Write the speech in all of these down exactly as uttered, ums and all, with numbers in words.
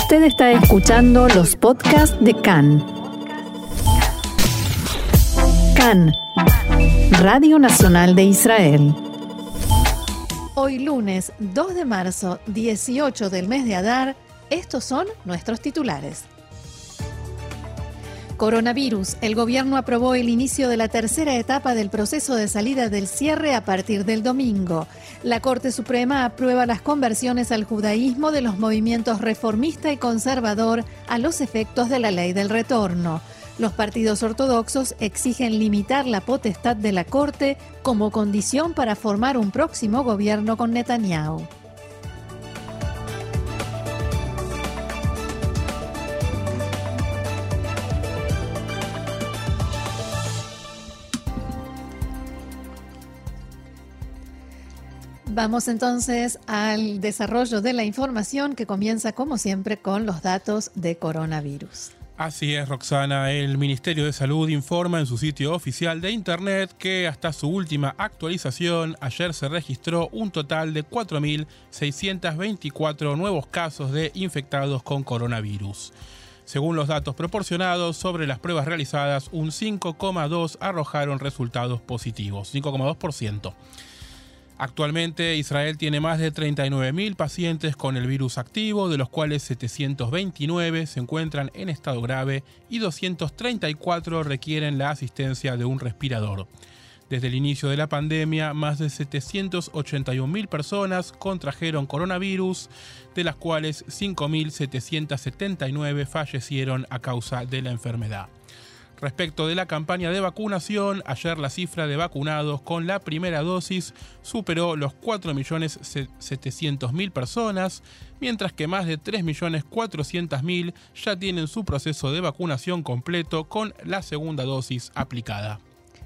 Usted está escuchando los podcasts de C A N. C A N, Radio Nacional de Israel. Hoy lunes dos de marzo, dieciocho del mes de Adar, estos son nuestros titulares. Coronavirus. El gobierno aprobó el inicio de la tercera etapa del proceso de salida del cierre a partir del domingo. La Corte Suprema aprueba las conversiones al judaísmo de los movimientos reformista y conservador a los efectos de la ley del retorno. Los partidos ortodoxos exigen limitar la potestad de la Corte como condición para formar un próximo gobierno con Netanyahu. Vamos entonces al desarrollo de la información que comienza como siempre con los datos de coronavirus. Así es, Roxana. El Ministerio de Salud informa en su sitio oficial de internet que hasta su última actualización, ayer se registró un total de cuatro mil seiscientos veinticuatro nuevos casos de infectados con coronavirus. Según los datos proporcionados sobre las pruebas realizadas, un cinco coma dos por ciento arrojaron resultados positivos, cinco coma dos por ciento. Actualmente Israel tiene más de treinta y nueve mil pacientes con el virus activo, de los cuales setecientos veintinueve se encuentran en estado grave y doscientos treinta y cuatro requieren la asistencia de un respirador. Desde el inicio de la pandemia, más de setecientos ochenta y un mil personas contrajeron coronavirus, de las cuales cinco mil setecientos setenta y nueve fallecieron a causa de la enfermedad. Respecto de la campaña de vacunación, ayer la cifra de vacunados con la primera dosis superó los cuatro millones setecientos mil personas, mientras que más de tres millones cuatrocientos mil ya tienen su proceso de vacunación completo con la segunda dosis aplicada.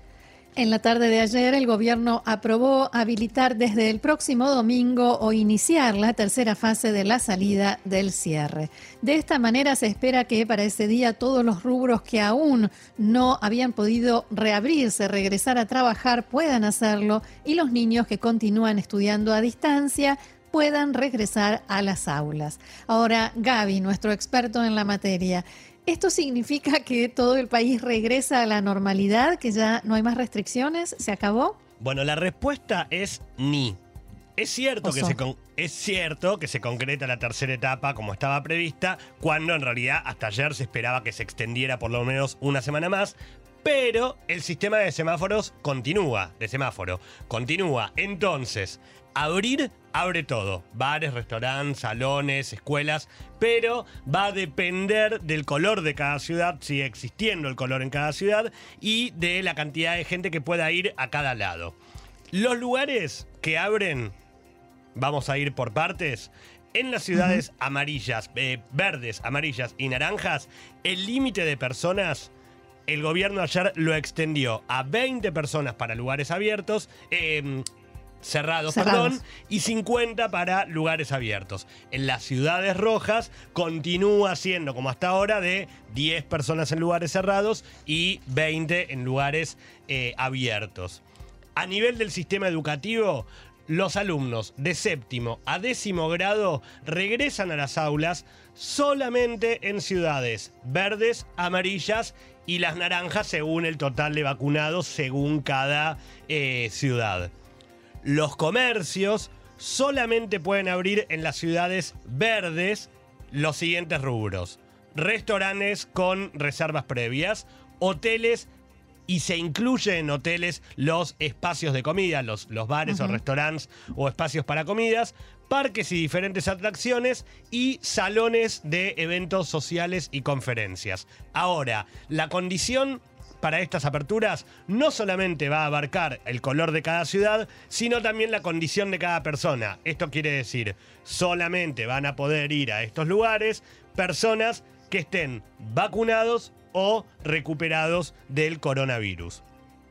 En la tarde de ayer, el gobierno aprobó habilitar desde el próximo domingo o iniciar la tercera fase de la salida del cierre. De esta manera se espera que para ese día todos los rubros que aún no habían podido reabrirse, regresar a trabajar, puedan hacerlo, y los niños que continúan estudiando a distancia puedan regresar a las aulas. Ahora, Gaby, nuestro experto en la materia, ¿esto significa que todo el país regresa a la normalidad, que ya no hay más restricciones? ¿Se acabó? Bueno, la respuesta es ni. Es cierto, que se con- es cierto que se concreta la tercera etapa como estaba prevista, cuando en realidad hasta ayer se esperaba que se extendiera por lo menos una semana más, pero el sistema de semáforos continúa, de semáforo, continúa. Entonces, abrir, abre todo. Bares, restaurantes, salones, escuelas, pero va a depender del color de cada ciudad, sigue existiendo el color en cada ciudad, y de la cantidad de gente que pueda ir a cada lado. Los lugares que abren, vamos a ir por partes. En las ciudades uh-huh. amarillas, eh, verdes, amarillas y naranjas, el límite de personas, el gobierno ayer lo extendió a veinte personas para lugares abiertos, eh, cerrados, cerrados, perdón, y cincuenta para lugares abiertos. En las ciudades rojas continúa siendo, como hasta ahora, de diez personas en lugares cerrados y veinte en lugares eh, abiertos. A nivel del sistema educativo, los alumnos de séptimo a décimo grado regresan a las aulas solamente en ciudades verdes, amarillas y las naranjas, según el total de vacunados, según cada eh, ciudad. Los comercios solamente pueden abrir en las ciudades verdes los siguientes rubros: restaurantes con reservas previas, hoteles, y se incluye en hoteles los espacios de comida, los, los bares uh-huh. o restaurantes o espacios para comidas, parques y diferentes atracciones, y salones de eventos sociales y conferencias. Ahora, la condición para estas aperturas no solamente va a abarcar el color de cada ciudad, sino también la condición de cada persona. Esto quiere decir, solamente van a poder ir a estos lugares personas que estén vacunados o recuperados del coronavirus.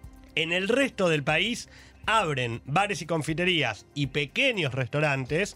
En el resto del país abren bares y confiterías y pequeños restaurantes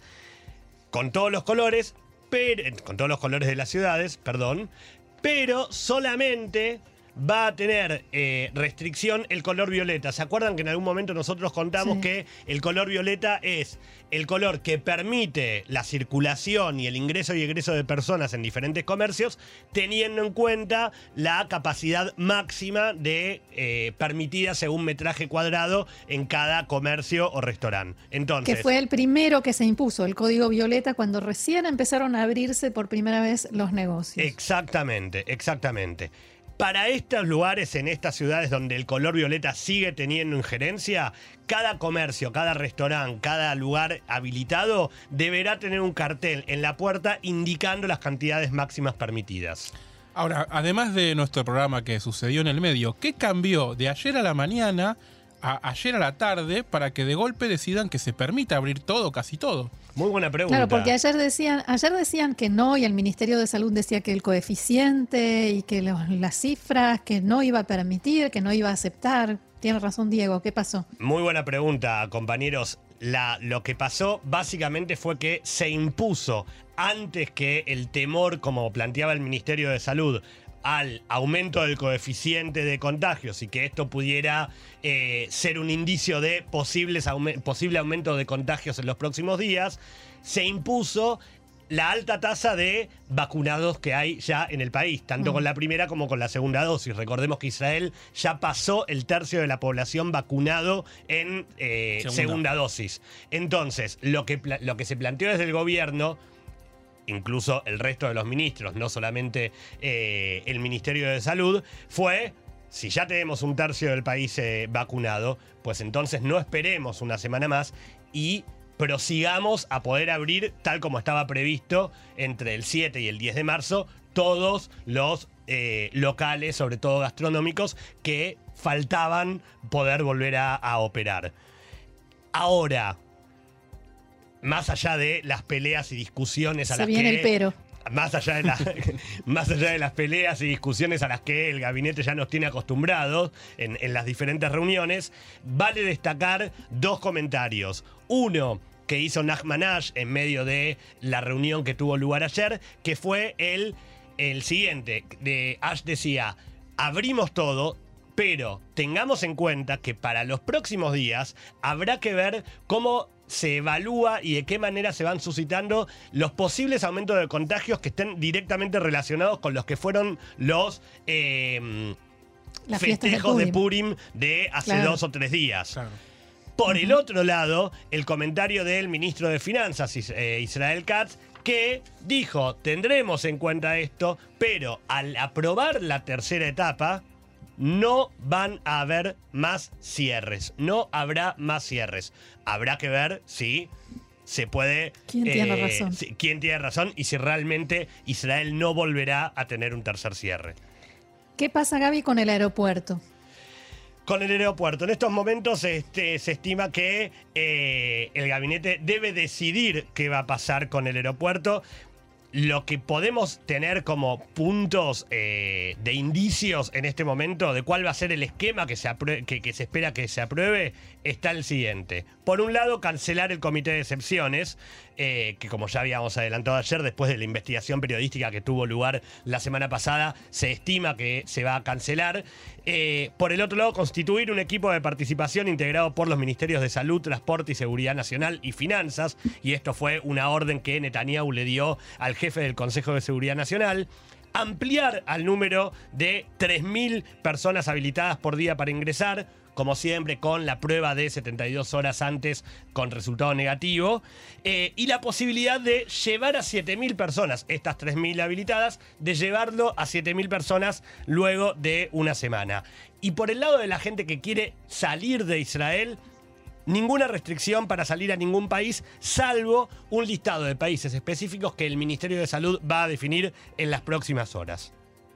con todos los colores, pero, con todos los colores de las ciudades, perdón, pero solamente va a tener eh, restricción el color violeta. ¿Se acuerdan que en algún momento nosotros contamos Sí. que el color violeta es el color que permite la circulación y el ingreso y egreso de personas en diferentes comercios, teniendo en cuenta la capacidad máxima de eh, permitida según metraje cuadrado en cada comercio o restaurante? Entonces, Que fue el primero que se impuso, el código violeta, cuando recién empezaron a abrirse por primera vez los negocios. Exactamente, exactamente. Para estos lugares, en estas ciudades donde el color violeta sigue teniendo injerencia, cada comercio, cada restaurante, cada lugar habilitado deberá tener un cartel en la puerta indicando las cantidades máximas permitidas. Ahora, además de nuestro programa que sucedió en el medio, ¿qué cambió de ayer a la mañana a ayer a la tarde para que de golpe decidan que se permita abrir todo, casi todo? Muy buena pregunta. Claro, porque ayer decían, ayer decían que no, y el Ministerio de Salud decía que el coeficiente y que los- las cifras, que no iba a permitir, que no iba a aceptar. Tiene razón Diego, ¿qué pasó? Muy buena pregunta, compañeros. La, lo que pasó básicamente fue que se impuso, antes que el temor, como planteaba el Ministerio de Salud, al aumento del coeficiente de contagios y que esto pudiera eh, ser un indicio de posibles aume- posible aumento de contagios en los próximos días, se impuso la alta tasa de vacunados que hay ya en el país, tanto Mm. con la primera como con la segunda dosis. Recordemos que Israel ya pasó el tercio de la población vacunado en eh, Segunda. segunda dosis. Entonces, lo que, pla- lo que se planteó desde el gobierno, incluso el resto de los ministros, no solamente eh, el Ministerio de Salud, fue: si ya tenemos un tercio del país eh, vacunado, pues entonces no esperemos una semana más y prosigamos a poder abrir, tal como estaba previsto, entre el siete y el diez de marzo, todos los eh, locales, sobre todo gastronómicos, que faltaban poder volver a, a operar. Ahora, más allá de las peleas y discusiones a Se las viene que... el pero. Más allá, de la- más allá de las peleas y discusiones a las que el gabinete ya nos tiene acostumbrados en, en las diferentes reuniones, vale destacar dos comentarios. Uno que hizo Nachman Ash en medio de la reunión que tuvo lugar ayer, que fue el, el siguiente. De Ash decía: abrimos todo, pero tengamos en cuenta que para los próximos días habrá que ver cómo se evalúa y de qué manera se van suscitando los posibles aumentos de contagios que estén directamente relacionados con los que fueron los eh, Las fiestas de festejos de Purim. Purim de hace Claro. dos o tres días. Claro. Por el otro lado, el comentario del ministro de Finanzas, Is- eh, Israel Katz, que dijo: tendremos en cuenta esto, pero al aprobar la tercera etapa, no van a haber más cierres. No habrá más cierres. Habrá que ver si se puede... ¿Quién tiene razón? si- quién tiene razón y si realmente Israel no volverá a tener un tercer cierre. ¿Qué pasa, Gaby, con el aeropuerto? Con el aeropuerto, en estos momentos este, se estima que eh, el gabinete debe decidir qué va a pasar con el aeropuerto. Lo que podemos tener como puntos eh, de indicios en este momento de cuál va a ser el esquema que se, aprue- que, que se espera que se apruebe está el siguiente. Por un lado, cancelar el comité de excepciones, eh, que como ya habíamos adelantado ayer, después de la investigación periodística que tuvo lugar la semana pasada, se estima que se va a cancelar. Eh, por el otro lado, constituir un equipo de participación integrado por los ministerios de Salud, Transporte y Seguridad Nacional y Finanzas, y esto fue una orden que Netanyahu le dio al jefe del Consejo de Seguridad Nacional. Ampliar al número de tres mil personas habilitadas por día para ingresar, como siempre con la prueba de setenta y dos horas antes con resultado negativo, eh, y la posibilidad de llevar a siete mil personas, estas tres mil habilitadas, de llevarlo a siete mil personas luego de una semana. Y por el lado de la gente que quiere salir de Israel, ninguna restricción para salir a ningún país, salvo un listado de países específicos que el Ministerio de Salud va a definir en las próximas horas.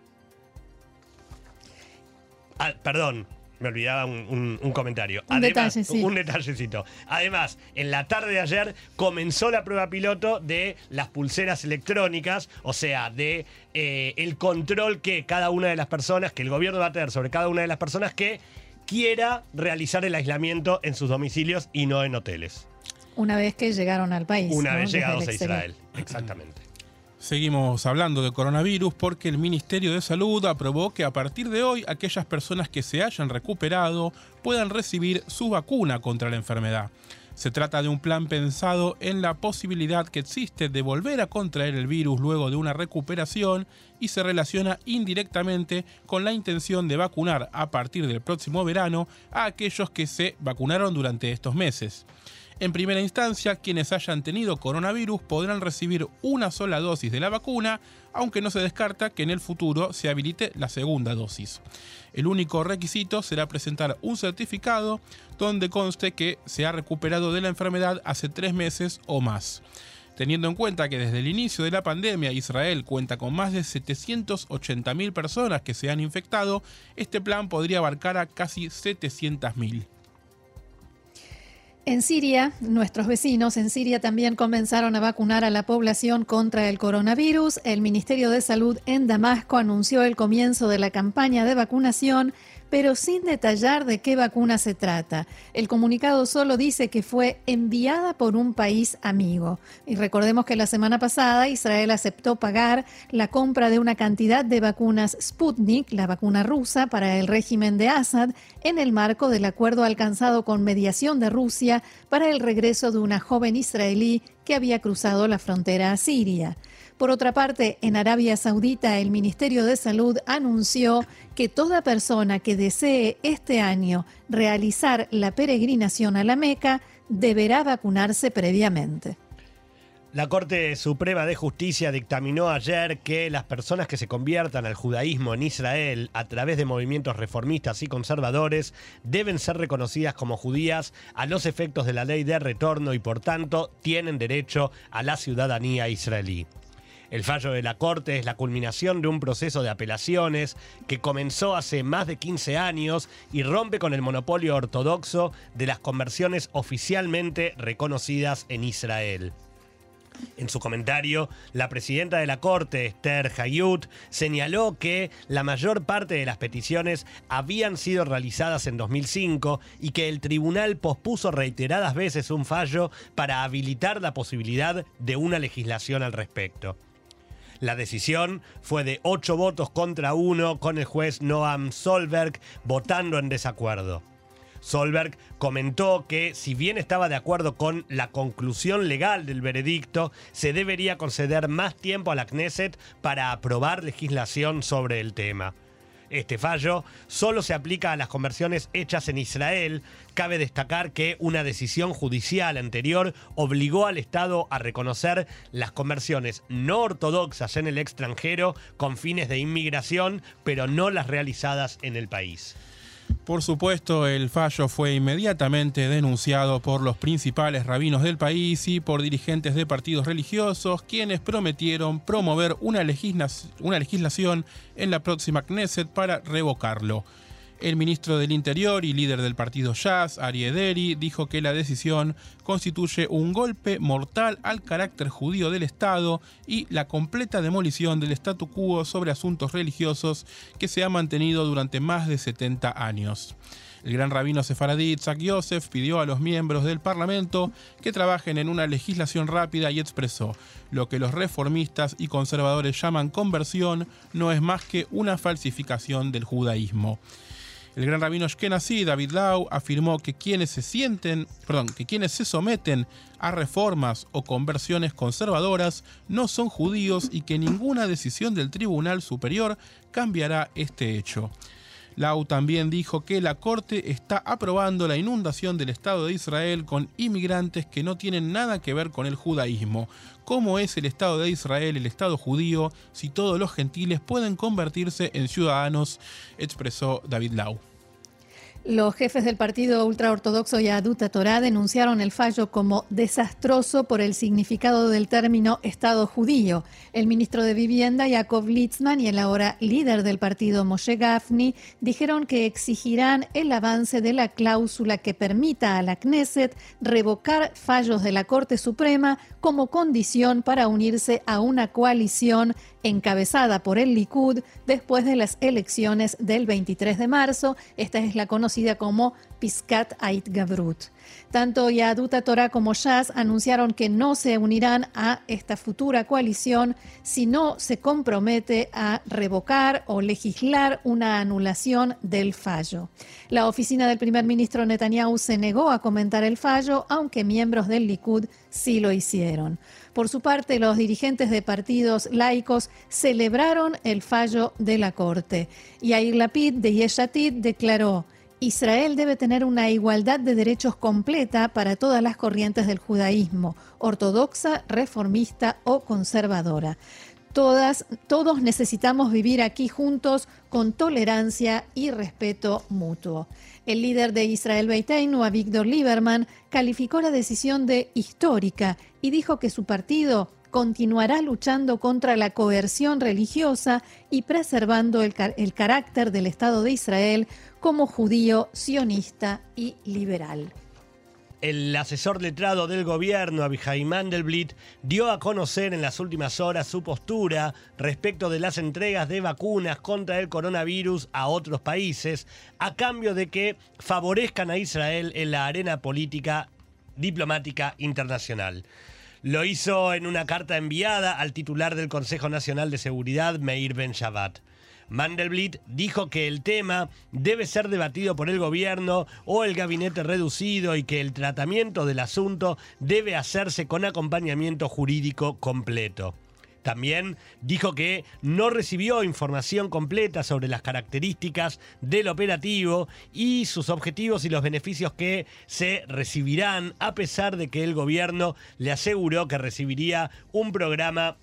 Ah, perdón, me olvidaba un, un- un comentario. Un detalle, sí. Un detallecito. Además, en la tarde de ayer comenzó la prueba piloto de las pulseras electrónicas, o sea, de eh, el control que cada una de las personas, que el gobierno va a tener sobre cada una de las personas que quiera realizar el aislamiento en sus domicilios y no en hoteles. Una vez que llegaron al país. Una ¿no? vez Desde llegados el a exterior. Israel. Exactamente. Seguimos hablando de coronavirus porque el Ministerio de Salud aprobó que a partir de hoy aquellas personas que se hayan recuperado puedan recibir su vacuna contra la enfermedad. Se trata de un plan pensado en la posibilidad que existe de volver a contraer el virus luego de una recuperación y se relaciona indirectamente con la intención de vacunar a partir del próximo verano a aquellos que se vacunaron durante estos meses. En primera instancia, quienes hayan tenido coronavirus podrán recibir una sola dosis de la vacuna, aunque no se descarta que en el futuro se habilite la segunda dosis. El único requisito será presentar un certificado donde conste que se ha recuperado de la enfermedad hace tres meses o más. Teniendo en cuenta que desde el inicio de la pandemia Israel cuenta con más de setecientas ochenta mil personas que se han infectado, este plan podría abarcar a casi setecientas mil. En Siria, nuestros vecinos en Siria también comenzaron a vacunar a la población contra el coronavirus. El Ministerio de Salud en Damasco anunció el comienzo de la campaña de vacunación, pero sin detallar de qué vacuna se trata. El comunicado solo dice que fue enviada por un país amigo. Y recordemos que la semana pasada Israel aceptó pagar la compra de una cantidad de vacunas Sputnik, la vacuna rusa, para el régimen de Assad, en el marco del acuerdo alcanzado con mediación de Rusia para el regreso de una joven israelí que había cruzado la frontera a Siria. Por otra parte, en Arabia Saudita, el Ministerio de Salud anunció que toda persona que desee este año realizar la peregrinación a la Meca deberá vacunarse previamente. La Corte Suprema de Justicia dictaminó ayer que las personas que se conviertan al judaísmo en Israel a través de movimientos reformistas y conservadores deben ser reconocidas como judías a los efectos de la ley de retorno y por tanto tienen derecho a la ciudadanía israelí. El fallo de la Corte es la culminación de un proceso de apelaciones que comenzó hace más de quince años y rompe con el monopolio ortodoxo de las conversiones oficialmente reconocidas en Israel. En su comentario, la presidenta de la Corte, Esther Hayut, señaló que la mayor parte de las peticiones habían sido realizadas en dos mil cinco y que el tribunal pospuso reiteradas veces un fallo para habilitar la posibilidad de una legislación al respecto. La decisión fue de ocho votos contra uno, con el juez Noam Solberg votando en desacuerdo. Solberg comentó que, si bien estaba de acuerdo con la conclusión legal del veredicto, se debería conceder más tiempo a la Knesset para aprobar legislación sobre el tema. Este fallo solo se aplica a las conversiones hechas en Israel. Cabe destacar que una decisión judicial anterior obligó al Estado a reconocer las conversiones no ortodoxas en el extranjero con fines de inmigración, pero no las realizadas en el país. Por supuesto, el fallo fue inmediatamente denunciado por los principales rabinos del país y por dirigentes de partidos religiosos, quienes prometieron promover una, legisla- una legislación en la próxima Knesset para revocarlo. El ministro del Interior y líder del partido Shas, Aryeh Deri, dijo que la decisión constituye un golpe mortal al carácter judío del Estado y la completa demolición del statu quo sobre asuntos religiosos que se ha mantenido durante más de setenta años. El gran rabino sefaradí Itzhak Yosef pidió a los miembros del Parlamento que trabajen en una legislación rápida y expresó: lo que los reformistas y conservadores llaman conversión no es más que una falsificación del judaísmo. El gran rabino ashkenazí David Lau afirmó que quienes se sienten, perdón, que quienes se someten a reformas o conversiones conservadoras no son judíos y que ninguna decisión del Tribunal Superior cambiará este hecho. Lau también dijo que la Corte está aprobando la inundación del Estado de Israel con inmigrantes que no tienen nada que ver con el judaísmo. ¿Cómo es el Estado de Israel, el Estado judío, si todos los gentiles pueden convertirse en ciudadanos?, expresó David Lau. Los jefes del partido ultraortodoxo Yahadut HaTorá denunciaron el fallo como desastroso por el significado del término Estado judío. El ministro de Vivienda, Yaakov Litzman, y el ahora líder del partido, Moshe Gafni, dijeron que exigirán el avance de la cláusula que permita a la Knesset revocar fallos de la Corte Suprema como condición para unirse a una coalición encabezada por el Likud después de las elecciones del veintitrés de marzo. Esta es la conocida como Piskat Atgabrut. Tanto Yahadut Torah como Shas anunciaron que no se unirán a esta futura coalición si no se compromete a revocar o legislar una anulación del fallo. La oficina del primer ministro Netanyahu se negó a comentar el fallo, aunque miembros del Likud sí lo hicieron. Por su parte, los dirigentes de partidos laicos celebraron el fallo de la Corte. Yair Lapid, de Yesh Atid, declaró: Israel debe tener una igualdad de derechos completa para todas las corrientes del judaísmo, ortodoxa, reformista o conservadora. Todas, todos necesitamos vivir aquí juntos con tolerancia y respeto mutuo. El líder de Israel Beiteinu, Avigdor Lieberman, calificó la decisión de histórica y dijo que su partido continuará luchando contra la coerción religiosa y preservando el, car- el carácter del Estado de Israel como judío, sionista y liberal. El asesor letrado del gobierno, Abihai Mandelblit, dio a conocer en las últimas horas su postura respecto de las entregas de vacunas contra el coronavirus a otros países, a cambio de que favorezcan a Israel en la arena política diplomática internacional. Lo hizo en una carta enviada al titular del Consejo Nacional de Seguridad, Meir Ben-Shabbat. Mandelblit dijo que el tema debe ser debatido por el gobierno o el gabinete reducido y que el tratamiento del asunto debe hacerse con acompañamiento jurídico completo. También dijo que no recibió información completa sobre las características del operativo y sus objetivos y los beneficios que se recibirán, a pesar de que el gobierno le aseguró que recibiría un programa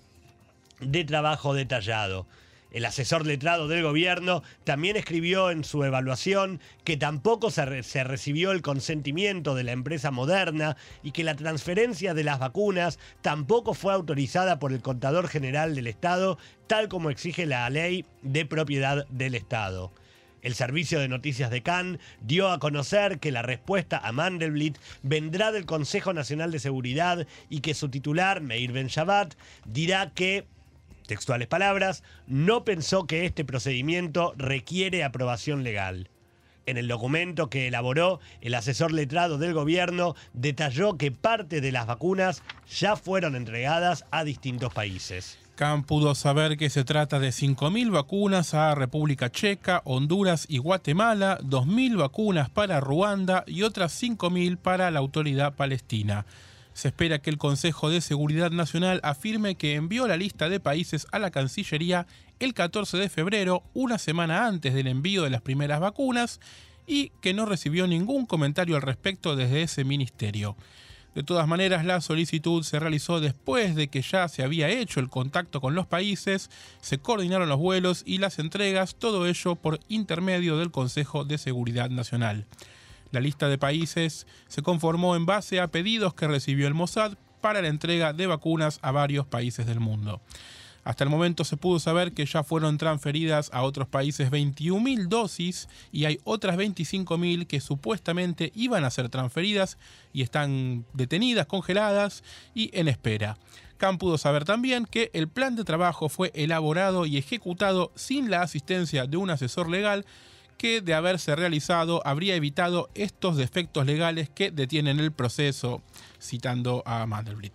de trabajo detallado. El asesor letrado del gobierno también escribió en su evaluación que tampoco se, re- se recibió el consentimiento de la empresa Moderna y que la transferencia de las vacunas tampoco fue autorizada por el Contador General del Estado, tal como exige la ley de propiedad del Estado. El servicio de noticias de Cannes dio a conocer que la respuesta a Mandelblit vendrá del Consejo Nacional de Seguridad y que su titular, Meir Ben-Shabbat, dirá que, textuales palabras, no pensó que este procedimiento requiere aprobación legal. En el documento que elaboró, el asesor letrado del gobierno detalló que parte de las vacunas ya fueron entregadas a distintos países. Cannes pudo saber que se trata de cinco mil vacunas a República Checa, Honduras y Guatemala, dos mil vacunas para Ruanda y otras cinco mil para la Autoridad Palestina. Se espera que el Consejo de Seguridad Nacional afirme que envió la lista de países a la Cancillería el catorce de febrero, una semana antes del envío de las primeras vacunas, y que no recibió ningún comentario al respecto desde ese ministerio. De todas maneras, la solicitud se realizó después de que ya se había hecho el contacto con los países, se coordinaron los vuelos y las entregas, todo ello por intermedio del Consejo de Seguridad Nacional. La lista de países se conformó en base a pedidos que recibió el Mossad para la entrega de vacunas a varios países del mundo. Hasta el momento se pudo saber que ya fueron transferidas a otros países veintiún mil dosis y hay otras veinticinco mil que supuestamente iban a ser transferidas y están detenidas, congeladas y en espera. Cannes pudo saber también que el plan de trabajo fue elaborado y ejecutado sin la asistencia de un asesor legal que, de haberse realizado, habría evitado estos defectos legales que detienen el proceso, citando a Mandelblit.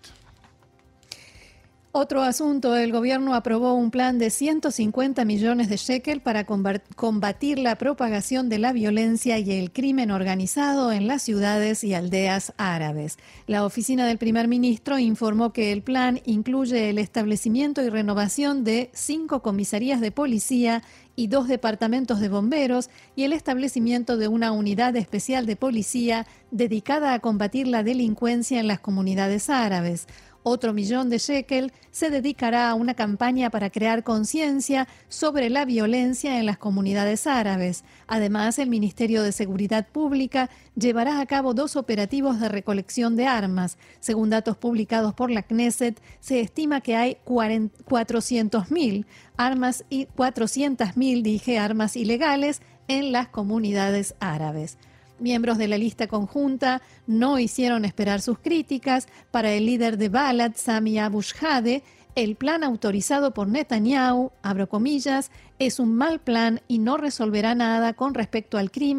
Otro asunto, el gobierno aprobó un plan de ciento cincuenta millones de shekel para combatir la propagación de la violencia y el crimen organizado en las ciudades y aldeas árabes. La oficina del primer ministro informó que el plan incluye el establecimiento y renovación de cinco comisarías de policía y dos departamentos de bomberos y el establecimiento de una unidad especial de policía dedicada a combatir la delincuencia en las comunidades árabes. Otro millón de shekel se dedicará a una campaña para crear conciencia sobre la violencia en las comunidades árabes. Además, el Ministerio de Seguridad Pública llevará a cabo dos operativos de recolección de armas. Según datos publicados por la Knesset, se estima que hay cuatrocientas mil armas y cuatrocientas mil, dije, armas ilegales en las comunidades árabes. Miembros de la lista conjunta no hicieron esperar sus críticas. Para el líder de Balad, Sami Abu Shhadeh, el plan autorizado por Netanyahu, abro comillas, es un mal plan y no resolverá nada con respecto al crimen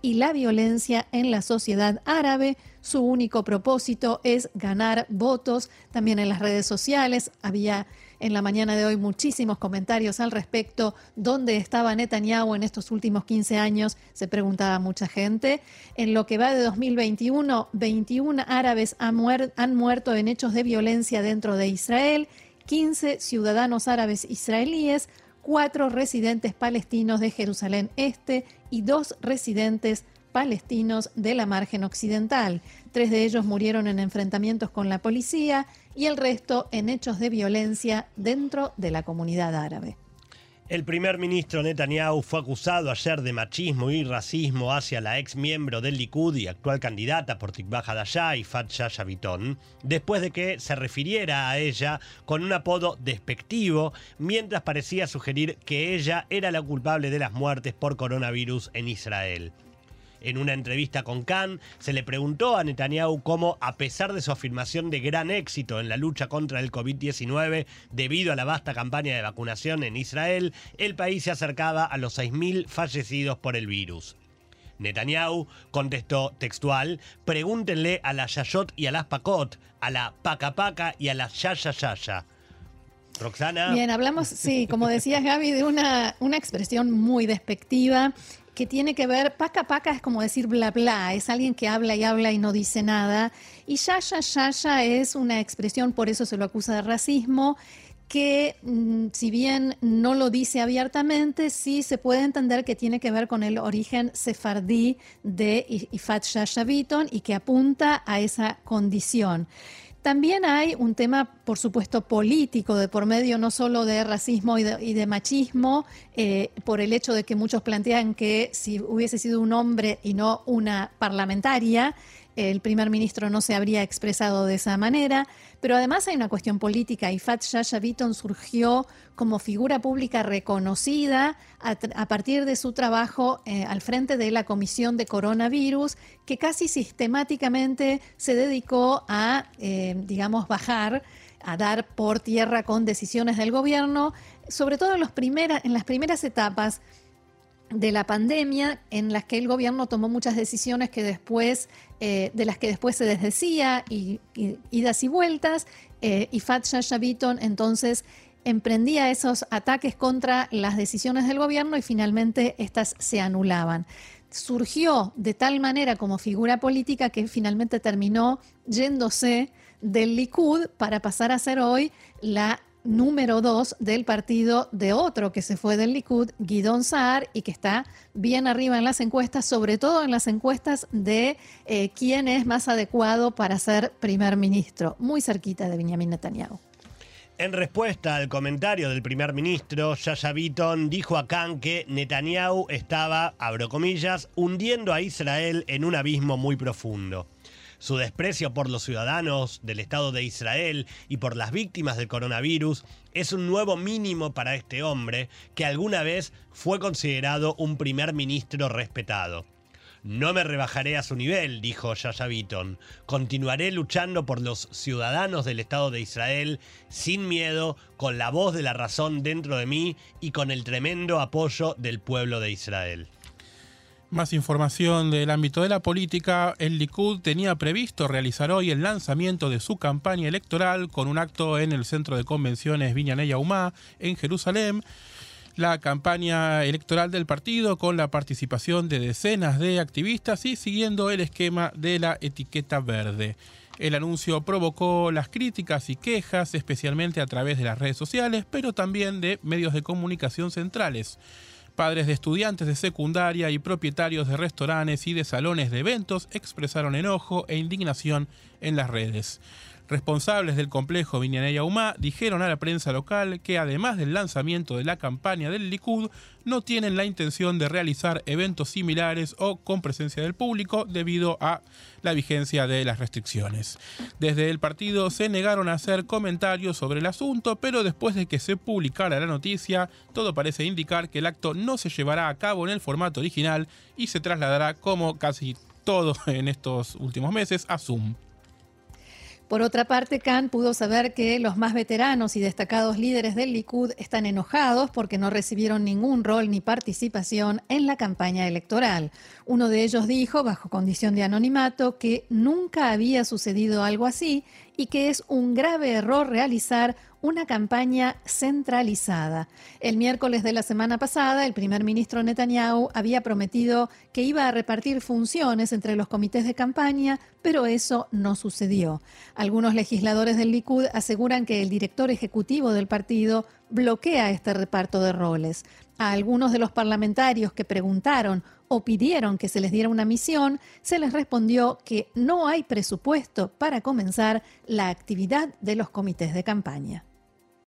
y la violencia en la sociedad árabe. Su único propósito es ganar votos. También en las redes sociales había en la mañana de hoy muchísimos comentarios al respecto. ¿Dónde estaba Netanyahu en estos últimos quince años? Se preguntaba mucha gente. En lo que va de dos mil veintiuno, veintiún árabes han, muer- han muerto en hechos de violencia dentro de Israel, quince ciudadanos árabes israelíes, cuatro residentes palestinos de Jerusalén Este y dos residentes palestinos de la margen occidental. Tres de ellos murieron en enfrentamientos con la policía y el resto en hechos de violencia dentro de la comunidad árabe. El primer ministro Netanyahu fue acusado ayer de machismo y racismo hacia la ex miembro del Likud y actual candidata por Tikva Hadashah, Yifat Shasha Biton, después de que se refiriera a ella con un apodo despectivo, mientras parecía sugerir que ella era la culpable de las muertes por coronavirus en Israel. En una entrevista con Khan, se le preguntó a Netanyahu cómo, a pesar de su afirmación de gran éxito en la lucha contra el COVID diecinueve, debido a la vasta campaña de vacunación en Israel, el país se acercaba a los seis mil fallecidos por el virus. Netanyahu contestó textual: pregúntenle a la Yayot y a las Pakot, a la Paca Paca y a la Yaya Yaya. Roxana. Bien, hablamos, sí, como decías Gaby, de una, una expresión muy despectiva que tiene que ver, paca paca es como decir bla bla, es alguien que habla y habla y no dice nada. Y yaya yaya es una expresión, por eso se lo acusa de racismo, que mmm, si bien no lo dice abiertamente, sí se puede entender que tiene que ver con el origen sefardí de Yifat Shasha Biton y que apunta a esa condición. También hay un tema, por supuesto, político de por medio, no solo de racismo y de, y de machismo, eh, por el hecho de que muchos plantean que si hubiese sido un hombre y no una parlamentaria, el primer ministro no se habría expresado de esa manera, pero además hay una cuestión política. Yifat Shasha Biton surgió como figura pública reconocida a, a partir de su trabajo eh, al frente de la Comisión de Coronavirus, que casi sistemáticamente se dedicó a, eh, digamos, bajar, a dar por tierra con decisiones del gobierno, sobre todo en, los primera, en las primeras etapas de la pandemia, en las que el gobierno tomó muchas decisiones que después, eh, de las que después se desdecía y, y idas y vueltas. Eh, Yifat Shasha Biton entonces emprendía esos ataques contra las decisiones del gobierno y finalmente estas se anulaban. Surgió de tal manera como figura política que finalmente terminó yéndose del Likud para pasar a ser hoy la número dos del partido de otro que se fue del Likud, Gideon Sa'ar, y que está bien arriba en las encuestas, sobre todo en las encuestas de eh, quién es más adecuado para ser primer ministro, muy cerquita de Benjamin Netanyahu. En respuesta al comentario del primer ministro, Shasha Biton dijo a Khan que Netanyahu estaba, abro comillas, hundiendo a Israel en un abismo muy profundo. Su desprecio por los ciudadanos del Estado de Israel y por las víctimas del coronavirus es un nuevo mínimo para este hombre que alguna vez fue considerado un primer ministro respetado. No me rebajaré a su nivel, dijo Shasha Biton. Continuaré luchando por los ciudadanos del Estado de Israel sin miedo, con la voz de la razón dentro de mí y con el tremendo apoyo del pueblo de Israel. Más información del ámbito de la política. El Likud tenía previsto realizar hoy el lanzamiento de su campaña electoral con un acto en el Centro de Convenciones Binyanei Yahumá en Jerusalén. La campaña electoral del partido con la participación de decenas de activistas y siguiendo el esquema de la etiqueta verde. El anuncio provocó las críticas y quejas, especialmente a través de las redes sociales, pero también de medios de comunicación centrales. Padres de estudiantes de secundaria y propietarios de restaurantes y de salones de eventos expresaron enojo e indignación en las redes. Responsables del complejo Binyanei Yahumá dijeron a la prensa local que además del lanzamiento de la campaña del Likud, no tienen la intención de realizar eventos similares o con presencia del público debido a la vigencia de las restricciones. Desde el partido se negaron a hacer comentarios sobre el asunto, pero después de que se publicara la noticia, todo parece indicar que el acto no se llevará a cabo en el formato original y se trasladará, como casi todo en estos últimos meses, a Zoom. Por otra parte, Khan pudo saber que los más veteranos y destacados líderes del Likud están enojados porque no recibieron ningún rol ni participación en la campaña electoral. Uno de ellos dijo, bajo condición de anonimato, que nunca había sucedido algo así y que es un grave error realizar una campaña centralizada. El miércoles de la semana pasada, el primer ministro Netanyahu había prometido que iba a repartir funciones entre los comités de campaña, pero eso no sucedió. Algunos legisladores del Likud aseguran que el director ejecutivo del partido bloquea este reparto de roles. A algunos de los parlamentarios que preguntaron o pidieron que se les diera una misión, se les respondió que no hay presupuesto para comenzar la actividad de los comités de campaña.